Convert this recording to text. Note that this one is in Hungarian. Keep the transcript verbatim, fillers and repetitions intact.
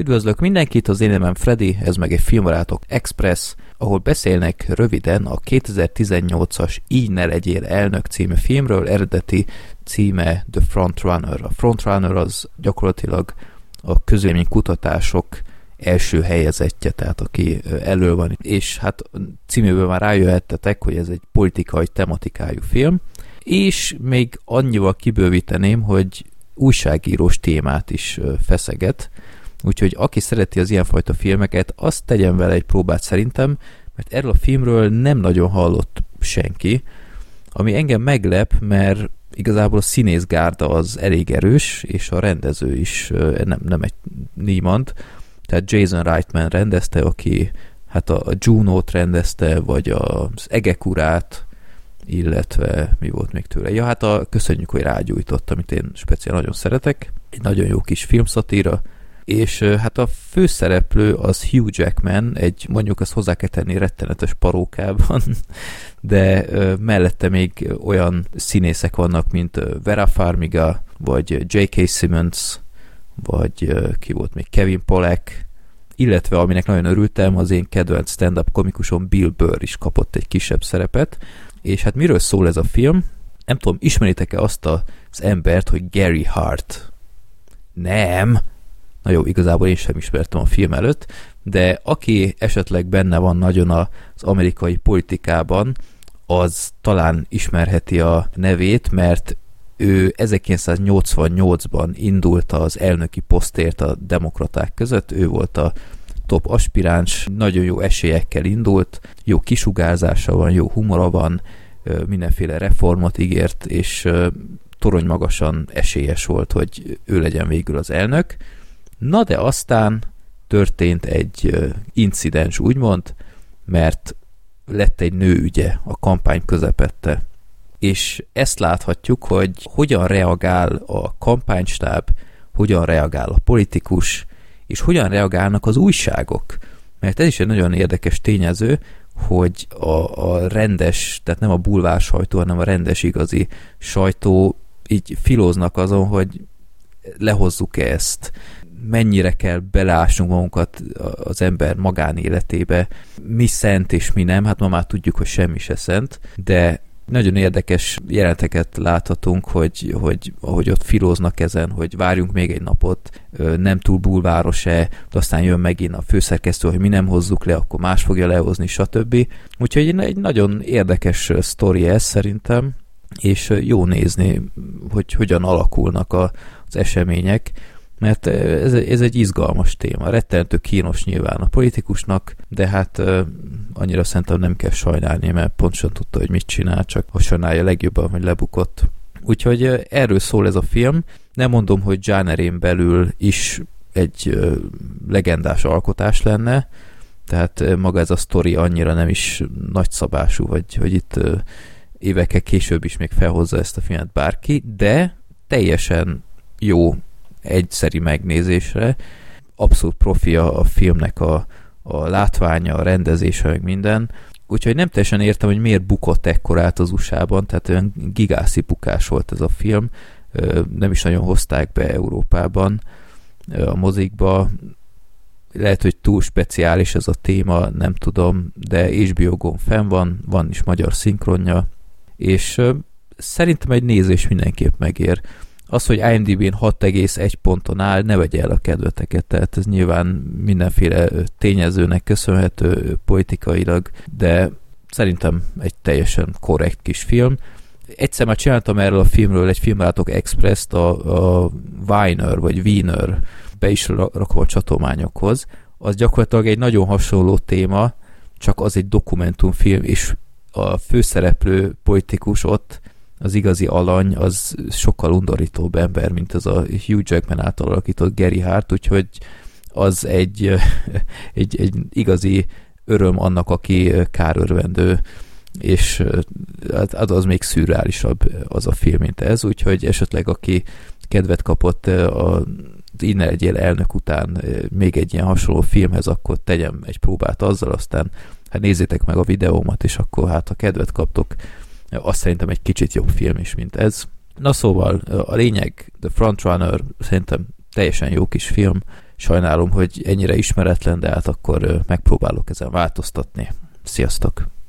Üdvözlök mindenkit, az én nevem Freddy, ez meg egy Filmbarátok Express, ahol beszélnek röviden a kétezer-tizennyolcas Így ne legyél elnök című filmről, eredeti címe The Frontrunner. A Frontrunner az gyakorlatilag a közvéleménykutatások első helyezettje, tehát aki elől van, és hát címéből már rájöhettetek, hogy ez egy politikai tematikájú film, és még annyival kibővíteném, hogy újságírós témát is feszeget, úgyhogy aki szereti az ilyenfajta filmeket, azt tegyen vele egy próbát szerintem, mert erről a filmről nem nagyon hallott senki, ami engem meglep, mert igazából a színészgárda az elég erős, és a rendező is nem, nem egy Niemand, tehát Jason Reitman rendezte, aki hát a Juno-t rendezte, vagy az Egek urát, illetve mi volt még tőle? Ja, hát a Köszönjük, hogy rágyújtott, amit én speciál nagyon szeretek. Egy nagyon jó kis filmszatíra, és hát a főszereplő az Hugh Jackman, egy mondjuk azt hozzá kell tenni rettenetes parókában, de mellette még olyan színészek vannak, mint Vera Farmiga, vagy J K. Simmons, vagy ki volt még, Kevin Pollak, illetve aminek nagyon örültem, az én kedvenc stand-up komikusom Bill Burr is kapott egy kisebb szerepet. És hát miről szól ez a film? Nem tudom, ismeritek-e azt az embert, hogy Gary Hart? Nem! Na jó, igazából én sem ismertem a film előtt, de aki esetleg benne van nagyon az amerikai politikában, az talán ismerheti a nevét, mert ő ezerkilencszáznyolcvannyolcban indult az elnöki posztért a demokraták között, ő volt a top aspiráns, nagyon jó esélyekkel indult, jó kisugárzása van, jó humora van, mindenféle reformot ígért, és toronymagasan esélyes volt, hogy ő legyen végül az elnök. Na de aztán történt egy incidens, úgymond, mert lett egy nőügye a kampány közepette. És ezt láthatjuk, hogy hogyan reagál a kampánystáb, hogyan reagál a politikus, és hogyan reagálnak az újságok. Mert ez is egy nagyon érdekes tényező, hogy a, a rendes, tehát nem a bulvár sajtó, hanem a rendes igazi sajtó így filóznak azon, hogy lehozzuk ezt, mennyire kell beleásnunk magunkat az ember magánéletébe, mi szent és mi nem, hát ma már tudjuk, hogy semmi se szent, de nagyon érdekes jeleneteket láthatunk, hogy, hogy ahogy ott filóznak ezen, hogy várjunk még egy napot, nem túl bulváros-e, de aztán jön megint a főszerkesztő, hogy mi nem hozzuk le, akkor más fogja lehozni, stb. Úgyhogy egy nagyon érdekes sztori ez szerintem, és jó nézni, hogy hogyan alakulnak a, az események, mert ez, ez egy izgalmas téma. Rettenető kínos nyilván a politikusnak, de hát annyira szerintem nem kell sajnálni, mert pontosan tudta, hogy mit csinál, csak ha sajnálja legjobban, hogy lebukott. Úgyhogy erről szól ez a film. Nem mondom, hogy zsánerén belül is egy legendás alkotás lenne, tehát maga ez a sztori annyira nem is nagyszabású, hogy, hogy itt évekkel később is még felhozza ezt a filmet bárki, de teljesen jó egyszeri megnézésre. Abszolút profi a filmnek a, a látványa, a rendezése, meg minden. Úgyhogy nem teljesen értem, hogy miért bukott ekkorát az u es á-ban, tehát olyan gigászi bukás volt ez a film. Nem is nagyon hozták be Európában a mozikba. Lehet, hogy túl speciális ez a téma, nem tudom, de há bé o-gon fenn van, van is magyar szinkronja, és szerintem egy nézés mindenképp megér. Az, hogy I M D B-n hat egész egy ponton áll, ne vegye el a kedveteket, tehát ez nyilván mindenféle tényezőnek köszönhető politikailag, de szerintem egy teljesen korrekt kis film. Egyszer már csináltam erről a filmről egy Filmbarátok Express-t, a, a Weiner vagy Wiener, be is rakom a csatolmányokhoz. Az gyakorlatilag egy nagyon hasonló téma, csak az egy dokumentumfilm, és a főszereplő politikus ott, az igazi alany, az sokkal undorítóbb ember, mint az a Hugh Jackman által alakított Gary Hart, úgyhogy az egy, egy, egy igazi öröm annak, aki kárörvendő, és az, az még szürreálisabb az a film, mint ez, úgyhogy esetleg aki kedvet kapott az Így ne legyél elnök után még egy ilyen hasonló filmhez, akkor tegyem egy próbát azzal, aztán hát nézzétek meg a videómat, és akkor hát ha kedvet kaptok, azt szerintem egy kicsit jobb film is, mint ez. Na szóval a lényeg, The Frontrunner szerintem teljesen jó kis film, Sajnálom, hogy ennyire ismeretlen, de hát akkor megpróbálok ezen változtatni. Sziasztok!